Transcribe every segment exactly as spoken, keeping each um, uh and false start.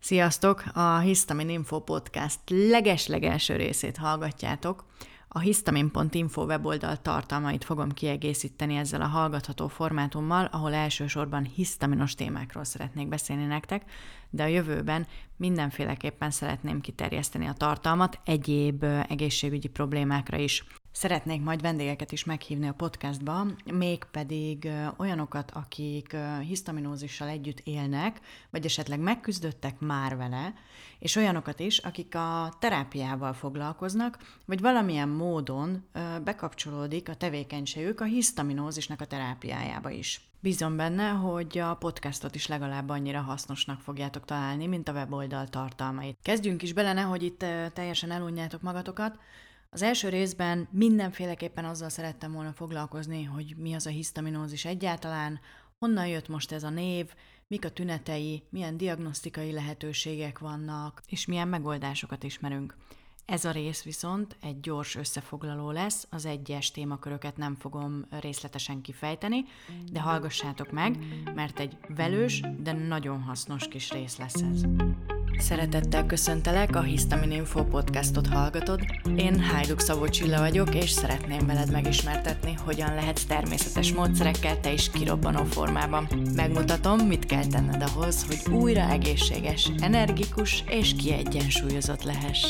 Sziasztok! A Histamin Info Podcast leges-legelső részét hallgatjátok. A histamin pont info weboldal tartalmait fogom kiegészíteni ezzel a hallgatható formátummal, ahol elsősorban hisztaminos témákról szeretnék beszélni nektek, de a jövőben mindenféleképpen szeretném kiterjeszteni a tartalmat egyéb egészségügyi problémákra is. Szeretnék majd vendégeket is meghívni a podcastba, mégpedig olyanokat, akik hisztaminózissal együtt élnek, vagy esetleg megküzdöttek már vele, és olyanokat is, akik a terápiával foglalkoznak, vagy valamilyen módon bekapcsolódik a tevékenységük a hisztaminózisnak a terápiájába is. Bízom benne, hogy a podcastot is legalább annyira hasznosnak fogjátok találni, mint a weboldal tartalmait. Kezdjünk is bele, nehogy itt teljesen elunjátok magatokat. Az első részben mindenféleképpen azzal szerettem volna foglalkozni, hogy mi az a hisztaminózis egyáltalán, honnan jött most ez a név, mik a tünetei, milyen diagnosztikai lehetőségek vannak, és milyen megoldásokat ismerünk. Ez a rész viszont egy gyors összefoglaló lesz, az egyes témaköröket nem fogom részletesen kifejteni, de hallgassátok meg, mert egy velős, de nagyon hasznos kis rész lesz ez. Szeretettel köszöntelek, a Histamin Info Podcastot hallgatod. Én Hajduk Szabó Csilla vagyok, és szeretném veled megismertetni, hogyan lehetsz természetes módszerekkel te is kirobbanó formában. Megmutatom, mit kell tenned ahhoz, hogy újra egészséges, energikus és kiegyensúlyozott lehess.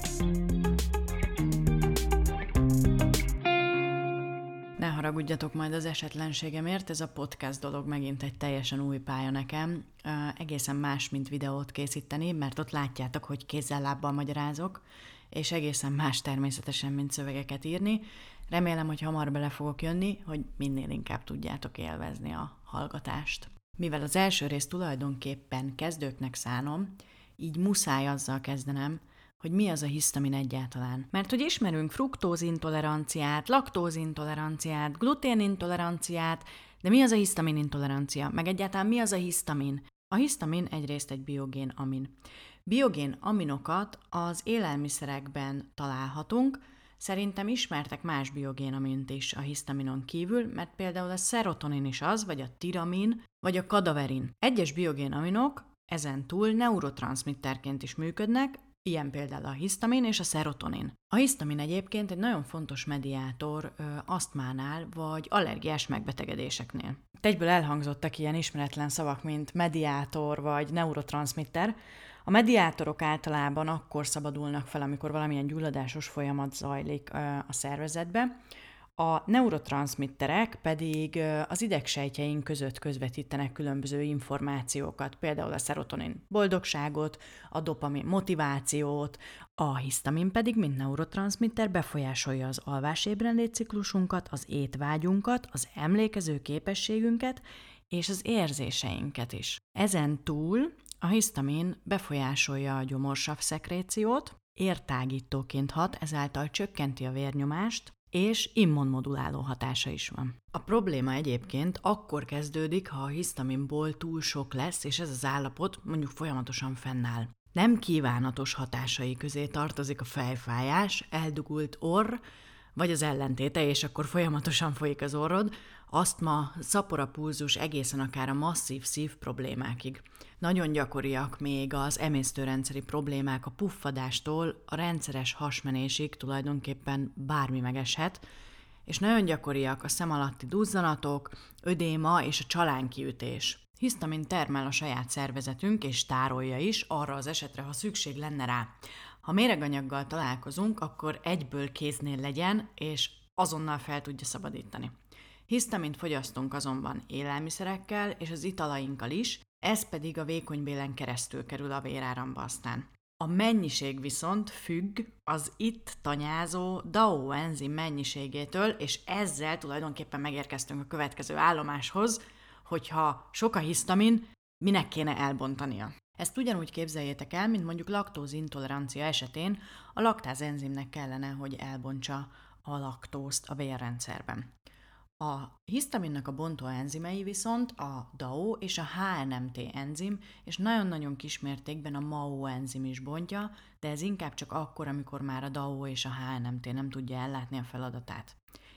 Ne haragudjatok majd az esetlenségemért, ez a podcast dolog megint egy teljesen új pálya nekem. Uh, egészen más, mint videót készíteni, mert ott látjátok, hogy kézzel-lábbal magyarázok, és egészen más természetesen, mint szövegeket írni. Remélem, hogy hamar bele fogok jönni, hogy minél inkább tudjátok élvezni a hallgatást. Mivel az első rész tulajdonképpen kezdőknek szánom, így muszáj azzal kezdenem, hogy mi az a hisztamin egyáltalán. Mert hogy ismerünk fruktózintoleranciát, laktózintoleranciát, gluténintoleranciát, de mi az a hisztamin intolerancia? Meg egyáltalán mi az a hisztamin? A hisztamin egyrészt egy biogén amin. Biogén aminokat az élelmiszerekben találhatunk, szerintem ismertek más biogén amint is a hisztaminon kívül, mert például a szerotonin is az, vagy a tiramin, vagy a kadaverin. Egyes biogén aminok ezen túl neurotranszmitterként is működnek, ilyen például a hisztamin és a szerotonin. A hisztamin egyébként egy nagyon fontos mediátor ö, asztmánál vagy allergiás megbetegedéseknél. Egyből elhangzottak ilyen ismeretlen szavak, mint mediátor vagy neurotranszmitter. A mediátorok általában akkor szabadulnak fel, amikor valamilyen gyulladásos folyamat zajlik ö, a szervezetbe. A neurotranszmitterek pedig az idegsejtjeink között közvetítenek különböző információkat, például a szerotonin boldogságot, a dopamin motivációt, a hisztamin pedig, mint neurotranszmitter, befolyásolja az alvás-ébrenlét ciklusunkat, az étvágyunkat, az emlékező képességünket és az érzéseinket is. Ezen túl a hisztamin befolyásolja a gyomorsav szekréciót, értágítóként hat, ezáltal csökkenti a vérnyomást, és immunmoduláló hatása is van. A probléma egyébként akkor kezdődik, ha a hisztaminból túl sok lesz, és ez az állapot mondjuk folyamatosan fennáll. Nem kívánatos hatásai közé tartozik a fejfájás, eldugult orr, vagy az ellentéte, és akkor folyamatosan folyik az orrod, asztma, szaporapulzus egészen akár a masszív szív problémákig. Nagyon gyakoriak még az emésztőrendszeri problémák a puffadástól a rendszeres hasmenésig, tulajdonképpen bármi megeshet, és nagyon gyakoriak a szem alatti duzzanatok, ödéma és a csalánkiütés. Hisztamin termel a saját szervezetünk és tárolja is arra az esetre, ha szükség lenne rá. Ha méreganyaggal találkozunk, akkor egyből kéznél legyen, és azonnal fel tudja szabadítani. Hisztamint fogyasztunk azonban élelmiszerekkel és az italainkkal is, ez pedig a vékonybélen keresztül kerül a véráramba aztán. A mennyiség viszont függ az itt tanyázó dé á o enzim mennyiségétől, és ezzel tulajdonképpen megérkeztünk a következő állomáshoz, hogyha sok a hisztamin, minek kéne elbontania. Ezt ugyanúgy képzeljétek el, mint mondjuk laktózintolerancia esetén a laktáz enzimnek kellene, hogy elbontsa a laktózt a vérrendszerben. A hisztaminnak a bontó enzimei viszont a dé á o és a há en em té enzim, és nagyon-nagyon kismértékben a MAO enzim is bontja, de ez inkább csak akkor, amikor már a dé á o és a há en em té nem tudja ellátni a feladatát.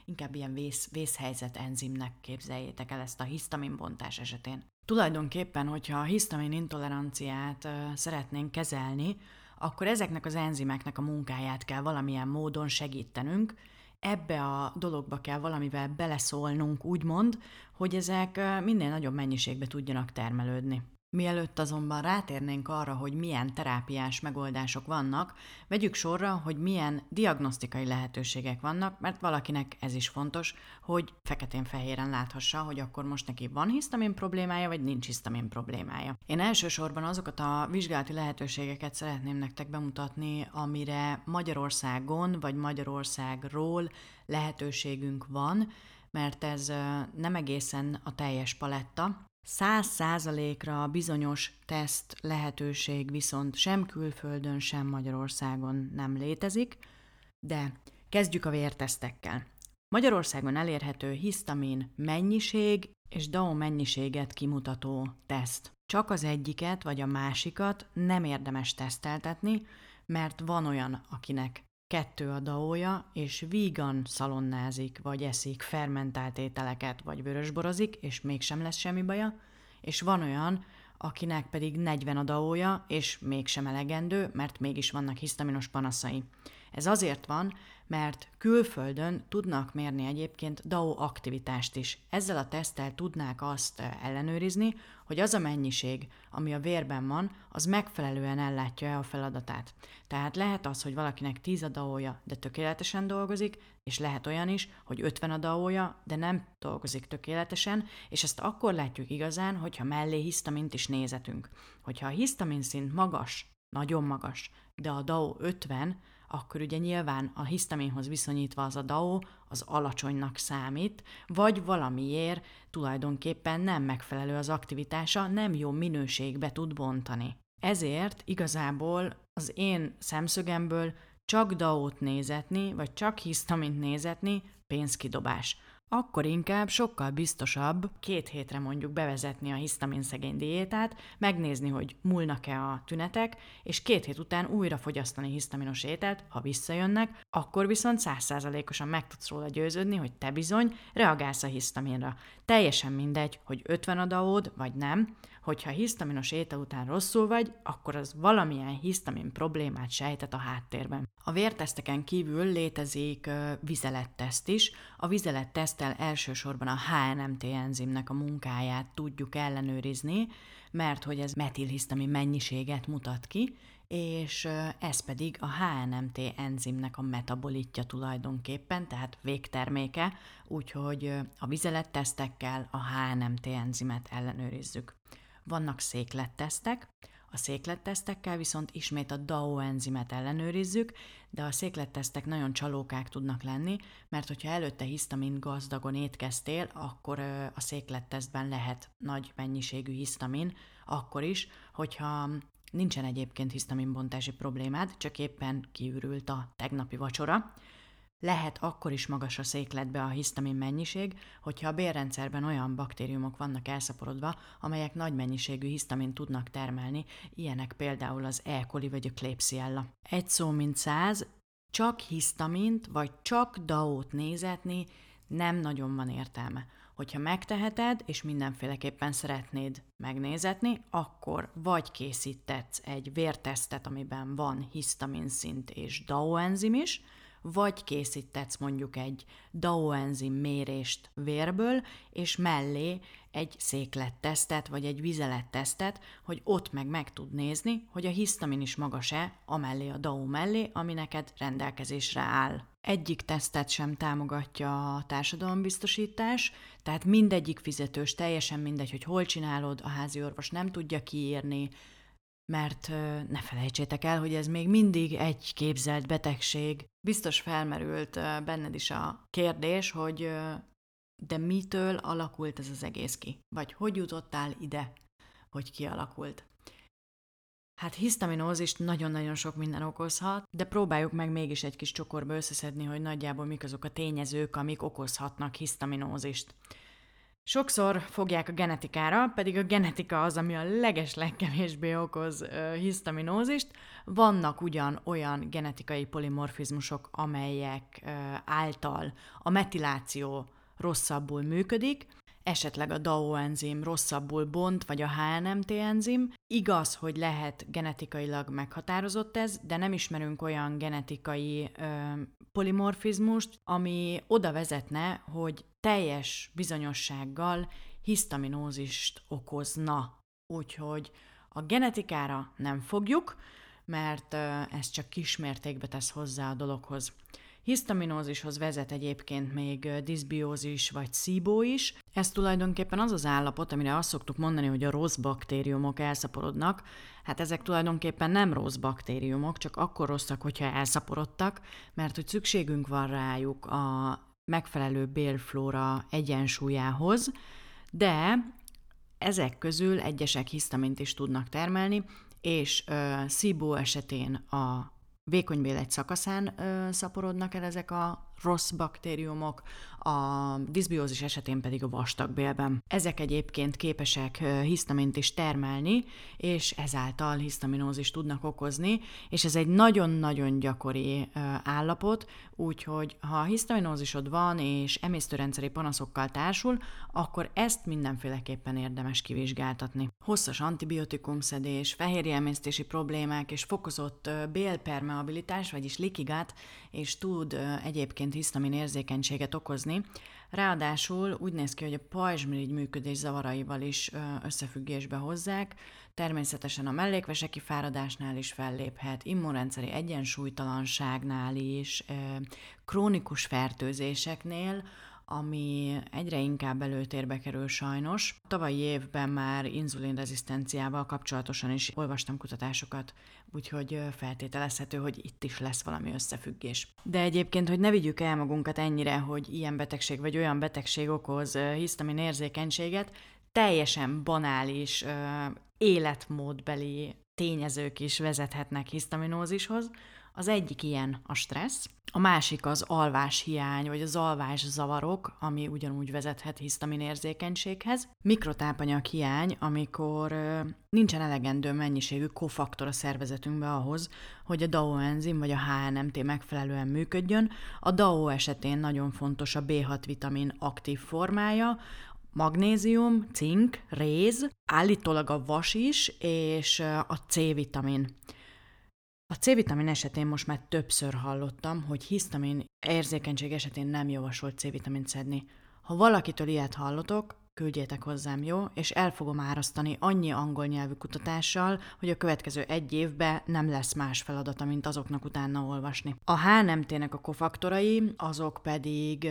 inkább ilyen vész, vészhelyzet enzimnek képzeljétek el ezt a hisztaminbontás esetén. Tulajdonképpen, hogyha a hisztamin intoleranciát uh, szeretnénk kezelni, akkor ezeknek az enzimeknek a munkáját kell valamilyen módon segítenünk, ebbe a dologba kell valamivel beleszólnunk, úgymond, hogy ezek minél nagyobb mennyiségbe tudjanak termelődni. Mielőtt azonban rátérnénk arra, hogy milyen terápiás megoldások vannak, vegyük sorra, hogy milyen diagnosztikai lehetőségek vannak, mert valakinek ez is fontos, hogy feketén-fehéren láthassa, hogy akkor most neki van hisztamin problémája, vagy nincs hisztamin problémája. Én elsősorban azokat a vizsgálati lehetőségeket szeretném nektek bemutatni, amire Magyarországon, vagy Magyarországról lehetőségünk van, mert ez nem egészen a teljes paletta. Száz százalékra bizonyos teszt lehetőség viszont sem külföldön, sem Magyarországon nem létezik, de kezdjük a vértesztekkel. Magyarországon elérhető hisztamin mennyiség és dé á o mennyiséget kimutató teszt. Csak az egyiket vagy a másikat nem érdemes teszteltetni, mert van olyan, akinek kettő a dé á o-ja, és vígan szalonnázik, vagy eszik fermentált ételeket, vagy vörösborozik, és mégsem lesz semmi baja, és van olyan, akinek pedig negyven a dé á o-ja, és mégsem elegendő, mert mégis vannak hisztaminos panaszai. Ez azért van, mert külföldön tudnak mérni egyébként dé á o aktivitást is. Ezzel a teszttel tudnák azt ellenőrizni, hogy az a mennyiség, ami a vérben van, az megfelelően ellátja-e a feladatát. Tehát lehet az, hogy valakinek tíz a dé á o-ja, de tökéletesen dolgozik, és lehet olyan is, hogy ötven a dé á o-ja, de nem dolgozik tökéletesen, és ezt akkor látjuk igazán, hogyha mellé hisztamint is nézetünk. Hogyha a hisztamin szint magas, nagyon magas, de a dé á o ötven, akkor ugye nyilván a hisztaminhoz viszonyítva az a dé á o az alacsonynak számít, vagy valamiért tulajdonképpen nem megfelelő az aktivitása, nem jó minőségbe tud bontani. Ezért igazából az én szemszögemből csak dé á o-t nézetni, vagy csak hisztamint nézetni pénzkidobás. Akkor inkább sokkal biztosabb két hétre mondjuk bevezetni a hisztaminszegény diétát, megnézni, hogy múlnak-e a tünetek, és két hét után újra fogyasztani hisztaminos ételt, ha visszajönnek, akkor viszont száz százalékosan meg tudsz róla győződni, hogy te bizony reagálsz a hisztaminra. Teljesen mindegy, hogy ötven a dé á o-d, vagy nem, hogyha hisztaminos étel után rosszul vagy, akkor az valamilyen hisztamin problémát sejtett a háttérben. A vérteszteken kívül létezik uh, vizeletteszt is. A vizeletteszttel elsősorban a há en em té enzimnek a munkáját tudjuk ellenőrizni, mert hogy ez metilhisztamin mennyiséget mutat ki, és uh, ez pedig a há en em té enzimnek a metabolitja tulajdonképpen, tehát végterméke, úgyhogy uh, a vizelettesztekkel a há en em té enzimet ellenőrizzük. Vannak széklettesztek, a széklettesztekkel viszont ismét a dé á o enzimet ellenőrizzük, de a széklettesztek nagyon csalókák tudnak lenni, mert hogyha előtte hisztamin gazdagon étkeztél, akkor a széklettesztben lehet nagy mennyiségű hisztamin, akkor is, hogyha nincsen egyébként hisztaminbontási problémád, csak éppen kiürült a tegnapi vacsora. Lehet akkor is magas a székletbe a hisztamin mennyiség, hogyha a bélrendszerben olyan baktériumok vannak elszaporodva, amelyek nagy mennyiségű hisztamint tudnak termelni, ilyenek például az E. coli vagy a Klebsiella. Egy szó mint száz, csak hisztamint vagy csak dé á o-t nézetni nem nagyon van értelme. Hogyha megteheted, és mindenféleképpen szeretnéd megnézetni, akkor vagy készítetsz egy vértesztet, amiben van hisztamin szint és dé á o enzim is, vagy készítetsz mondjuk egy dé á o enzim mérést vérből, és mellé egy széklettesztet, vagy egy vizelettesztet, hogy ott meg meg tud nézni, hogy a hisztamin is magas-e amellé a dé á o mellé, ami neked rendelkezésre áll. Egyik tesztet sem támogatja a társadalombiztosítás, tehát mindegyik fizetős, teljesen mindegy, hogy hol csinálod, a házi orvos nem tudja kiírni, mert ne felejtsétek el, hogy ez még mindig egy képzelt betegség. Biztos felmerült benned is a kérdés, hogy de mitől alakult ez az egész ki? Vagy hogy jutottál ide, hogy kialakult? Hát hisztaminózist nagyon-nagyon sok minden okozhat, de próbáljuk meg mégis egy kis csokorba összeszedni, hogy nagyjából mik azok a tényezők, amik okozhatnak hisztaminózist. Sokszor fogják a genetikára, pedig a genetika az, ami a leges-legkevésbé okoz ö, hisztaminózist. Vannak ugyan olyan genetikai polimorfizmusok, amelyek ö, által a metiláció rosszabbul működik, esetleg a dé á o enzim rosszabbul bont, vagy a há en em té enzim. Igaz, hogy lehet genetikailag meghatározott ez, de nem ismerünk olyan genetikai ö, polimorfizmust, ami oda vezetne, hogy teljes bizonyossággal hisztaminózist okozna. Úgyhogy a genetikára nem fogjuk, mert ö, ez csak kismértékben tesz hozzá a dologhoz. Hisztaminózishoz vezet egyébként még diszbiózis vagy szíbó is. Ez tulajdonképpen az az állapot, amire azt szoktuk mondani, hogy a rossz baktériumok elszaporodnak. Hát ezek tulajdonképpen nem rossz baktériumok, csak akkor rosszak, hogyha elszaporodtak, mert hogy szükségünk van rájuk a megfelelő bélflóra egyensúlyához, de ezek közül egyesek hisztamint is tudnak termelni, és ö, szíbó esetén a vékonybél egy szakaszán ö, szaporodnak el ezek a rossz baktériumok, a diszbiózis esetén pedig a vastagbélben. Ezek egyébként képesek ö, hisztamint is termelni, és ezáltal hisztaminózist tudnak okozni, és ez egy nagyon-nagyon gyakori ö, állapot, úgyhogy ha hisztaminózisod van, és emésztőrendszeri panaszokkal társul, akkor ezt mindenféleképpen érdemes kivizsgáltatni. Hosszas antibiotikumszedés, fehérjeemésztési problémák és fokozott ö, bélpermeabilitás, vagyis leaky gut, és tud ö, egyébként hisztamin érzékenységet okozni. Ráadásul úgy néz ki, hogy a pajzsmirigy működés zavaraival is ö, összefüggésbe hozzák, természetesen a mellékvese kifáradásnál is felléphet, immunrendszeri egyensúlytalanságnál is, ö, krónikus fertőzéseknél, ami egyre inkább előtérbe kerül sajnos. Tavalyi évben már inzulinrezisztenciával kapcsolatosan is olvastam kutatásokat, úgyhogy feltételezhető, hogy itt is lesz valami összefüggés. De egyébként, hogy ne vigyük el magunkat ennyire, hogy ilyen betegség vagy olyan betegség okoz hisztamin érzékenységet, teljesen banális életmódbeli tényezők is vezethetnek hisztaminózishoz. Az egyik ilyen a stressz, a másik az alváshiány, vagy az alvászavarok, ami ugyanúgy vezethet hisztamin érzékenységhez. Mikrotápanyag hiány, amikor ö, nincsen elegendő mennyiségű kofaktor a szervezetünkben ahhoz, hogy a dé á o enzim vagy a há en em té megfelelően működjön. A dé á o esetén nagyon fontos a bé hat vitamin aktív formája, magnézium, cink, réz, állítólag a vas is, és a C-vitamin. A C-vitamin esetén most már többször hallottam, hogy hisztamin érzékenység esetén nem javasolt C-vitamint szedni. Ha valakitől ilyet hallotok, küldjétek hozzám, jó? És el fogom árasztani annyi angol nyelvű kutatással, hogy a következő egy évben nem lesz más feladata, mint azoknak utána olvasni. A há en em té-nek a kofaktorai, azok pedig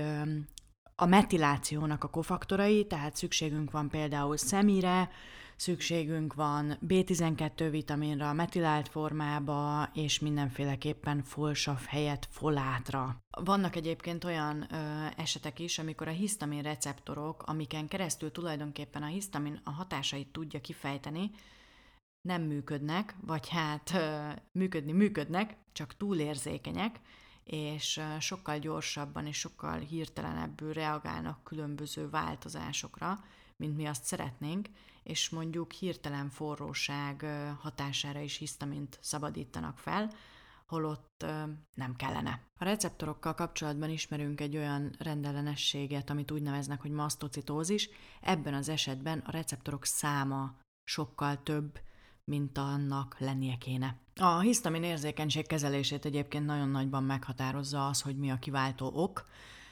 a metilációnak a kofaktorai, tehát szükségünk van például szemire, szükségünk van bé tizenkettő vitaminra, metilált formába, és mindenféleképpen folsav helyett folátra. Vannak egyébként olyan ö, esetek is, amikor a hisztamin receptorok, amiken keresztül tulajdonképpen a hisztamin a hatásait tudja kifejteni, nem működnek, vagy hát ö, működni működnek, csak túlérzékenyek, és sokkal gyorsabban és sokkal hirtelenebbül reagálnak különböző változásokra, mint mi azt szeretnénk, és mondjuk hirtelen forróság hatására is hisztamint szabadítanak fel, holott nem kellene. A receptorokkal kapcsolatban ismerünk egy olyan rendellenességet, amit úgy neveznek, hogy masztocitózis. Ebben az esetben a receptorok száma sokkal több, mint annak lennie kéne. A hisztamin érzékenység kezelését egyébként nagyon nagyban meghatározza az, hogy mi a kiváltó ok.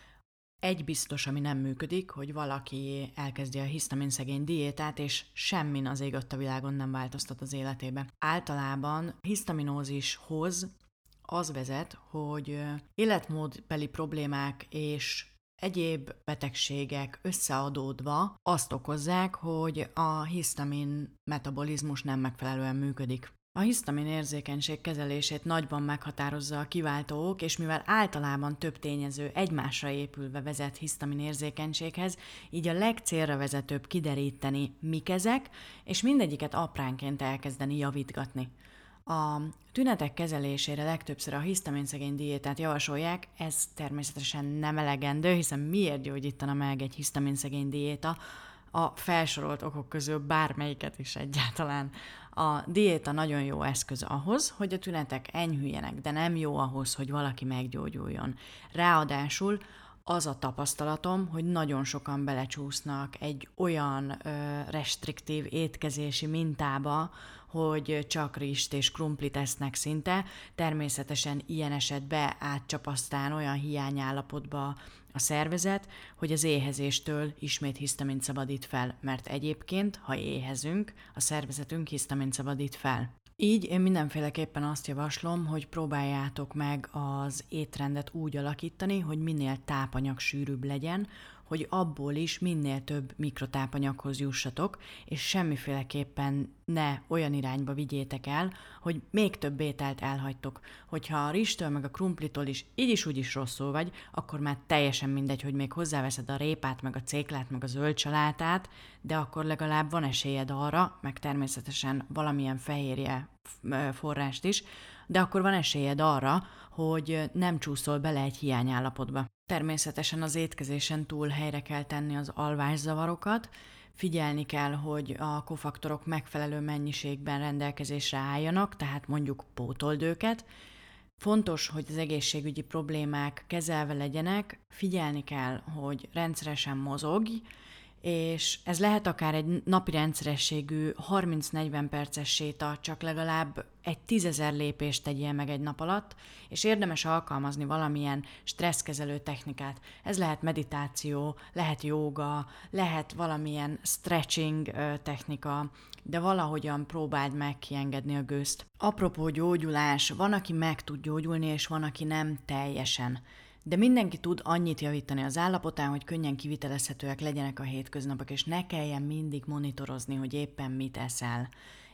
Egy biztos, ami nem működik, hogy valaki elkezdi a hisztamin szegény diétát, és semmin az ég a világon nem változtat az életébe. Általában hisztaminózishoz az vezet, hogy életmódbeli problémák és egyéb betegségek összeadódva azt okozzák, hogy a hisztamin metabolizmus nem megfelelően működik. A hisztamin érzékenység kezelését nagyban meghatározza a kiváltó ok, és mivel általában több tényező egymásra épülve vezet hisztamin érzékenységhez, így a legcélra vezetőbb kideríteni, mik ezek, és mindegyiket apránként elkezdeni javítgatni. A tünetek kezelésére legtöbbször a hisztaminszegény diétát javasolják, ez természetesen nem elegendő, hiszen miért gyógyítana meg egy hisztaminszegény diéta a felsorolt okok közül bármelyiket is egyáltalán. A diéta nagyon jó eszköz ahhoz, hogy a tünetek enyhüljenek, de nem jó ahhoz, hogy valaki meggyógyuljon. Ráadásul az a tapasztalatom, hogy nagyon sokan belecsúsznak egy olyan ö, restriktív étkezési mintába, hogy csak rist és krumplit esznek szinte. Természetesen ilyen esetben átcsap aztán olyan hiányállapotba a szervezet, hogy az éhezéstől ismét hisztamint szabadít fel, mert egyébként, ha éhezünk, a szervezetünk hisztamint szabadít fel. Így én mindenféleképpen azt javaslom, hogy próbáljátok meg az étrendet úgy alakítani, hogy minél tápanyagsűrűbb legyen, hogy abból is minél több mikrotápanyaghoz jussatok, és semmiféleképpen ne olyan irányba vigyétek el, hogy még több ételt elhagytok. Hogyha a rizstől meg a krumplitól is így is úgy is rosszul vagy, akkor már teljesen mindegy, hogy még hozzáveszed a répát, meg a céklát, meg a zöld salátát, de akkor legalább van esélyed arra, meg természetesen valamilyen fehérje forrást is, de akkor van esélyed arra, hogy nem csúszol bele egy hiányállapotba. Természetesen az étkezésen túl helyre kell tenni az alvászavarokat, figyelni kell, hogy a kofaktorok megfelelő mennyiségben rendelkezésre álljanak, tehát mondjuk pótold őket. Fontos, hogy az egészségügyi problémák kezelve legyenek, figyelni kell, hogy rendszeresen mozogj, és ez lehet akár egy napi rendszerességű harminc-negyven perces séta, csak legalább egy tízezer lépést tegyél meg egy nap alatt, és érdemes alkalmazni valamilyen stresszkezelő technikát. Ez lehet meditáció, lehet jóga, lehet valamilyen stretching technika, de valahogyan próbáld meg kiengedni a gőzt. Apropó gyógyulás, van, aki meg tud gyógyulni, és van, aki nem teljesen. De mindenki tud annyit javítani az állapotán, hogy könnyen kivitelezhetőek legyenek a hétköznapok, és ne kelljen mindig monitorozni, hogy éppen mit eszel.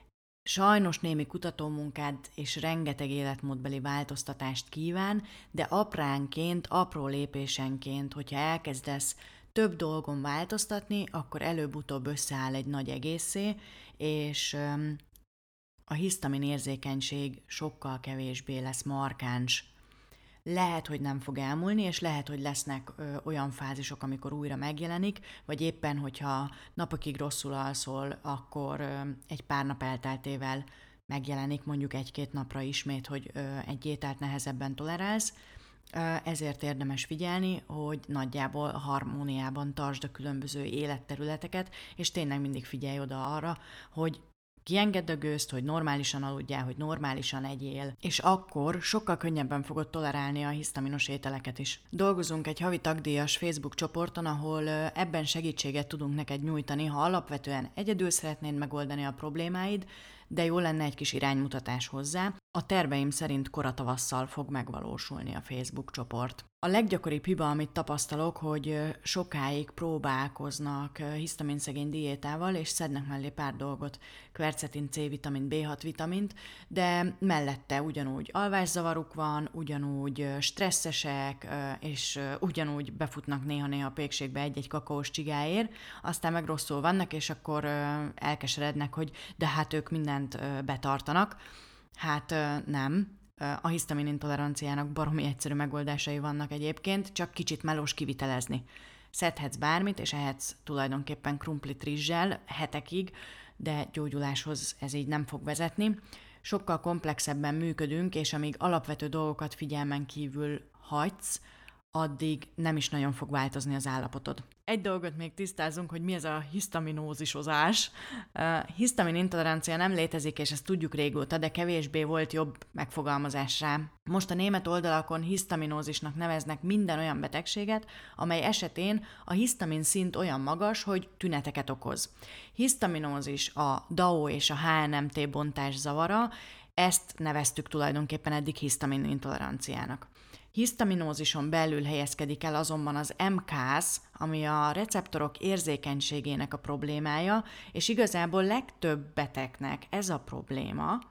Sajnos némi kutatómunkád és rengeteg életmódbeli változtatást kíván, de apránként, apró lépésenként, hogyha elkezdesz több dolgon változtatni, akkor előbb-utóbb összeáll egy nagy egészé, és a hisztamin érzékenység sokkal kevésbé lesz markáns. Lehet, hogy nem fog elmúlni, és lehet, hogy lesznek ö, olyan fázisok, amikor újra megjelenik, vagy éppen, hogyha napokig rosszul alszol, akkor ö, egy pár nap elteltével megjelenik, mondjuk egy-két napra ismét, hogy ö, egy ételt nehezebben tolerálsz. Ö, ezért érdemes figyelni, hogy nagyjából harmóniában tartsd a különböző életterületeket, és tényleg mindig figyelj oda arra, hogy kiengedd a gőzt, hogy normálisan aludjál, hogy normálisan egyél, és akkor sokkal könnyebben fogod tolerálni a hisztaminos ételeket is. Dolgozunk egy havi tagdíjas Facebook csoporton, ahol ebben segítséget tudunk neked nyújtani, ha alapvetően egyedül szeretnéd megoldani a problémáid, de jó lenne egy kis iránymutatás hozzá. A terveim szerint koratavasszal fog megvalósulni a Facebook csoport. A leggyakoribb hiba, amit tapasztalok, hogy sokáig próbálkoznak hisztaminszegény diétával, és szednek mellé pár dolgot, kvercetin, C-vitamint, bé hat vitamint, de mellette ugyanúgy alvászavaruk van, ugyanúgy stresszesek, és ugyanúgy befutnak néha-néha a pékségbe egy-egy kakaós csigáért, aztán meg rosszul vannak, és akkor elkeserednek, hogy de hát ők mindent betartanak. Hát nem. A hisztamin intoleranciának baromi egyszerű megoldásai vannak egyébként, csak kicsit melós kivitelezni. Szedhetsz bármit, és ehetsz tulajdonképpen krumplit rizssel hetekig, de gyógyuláshoz ez így nem fog vezetni. Sokkal komplexebben működünk, és amíg alapvető dolgokat figyelmen kívül hagysz, addig nem is nagyon fog változni az állapotod. Egy dolgot még tisztázunk, hogy mi ez a hisztaminózisozás. Uh, hisztamin intolerancia nem létezik, és ezt tudjuk régóta, de kevésbé volt jobb megfogalmazás rá. Most a német oldalakon hisztaminózisnak neveznek minden olyan betegséget, amely esetén a hisztamin szint olyan magas, hogy tüneteket okoz. Hisztaminózis a dé á o és a há en em té bontás zavara, ezt neveztük tulajdonképpen eddig hisztamin intoleranciának. Hisztaminózison belül helyezkedik el azonban az em ká-sz, ami a receptorok érzékenységének a problémája, és igazából legtöbb betegnek ez a probléma,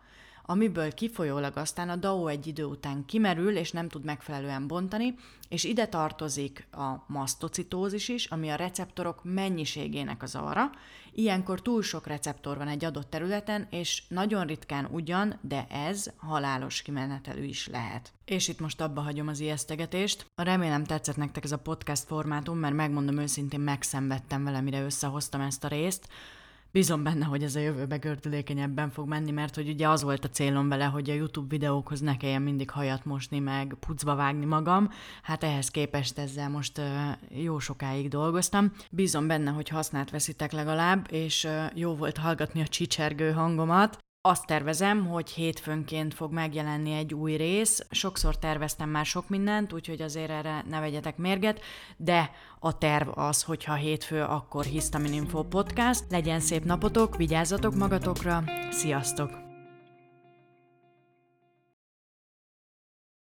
amiből kifolyólag aztán a dao egy idő után kimerül, és nem tud megfelelően bontani, és ide tartozik a masztocitózis is, ami a receptorok mennyiségének a zavara. Ilyenkor túl sok receptor van egy adott területen, és nagyon ritkán ugyan, de ez halálos kimenetelű is lehet. És itt most abba hagyom az ijesztegetést. Remélem tetszett nektek ez a podcast formátum, mert megmondom őszintén, megszenvedtem vele, mire összehoztam ezt a részt. Bízom benne, hogy ez a jövőbe gördülékenyebben fog menni, mert hogy ugye az volt a célom vele, hogy a YouTube videókhoz ne kelljen mindig hajat mosni, meg pucba vágni magam. Hát ehhez képest ezzel most uh, jó sokáig dolgoztam. Bízom benne, hogy hasznát veszitek legalább, és uh, jó volt hallgatni a csicsergő hangomat. Azt tervezem, hogy hétfőnként fog megjelenni egy új rész. Sokszor terveztem már sok mindent, úgyhogy azért erre ne vegyetek mérget, de a terv az, hogyha hétfő, akkor Hisztamininfo podcast. Legyen szép napotok, vigyázzatok magatokra, sziasztok!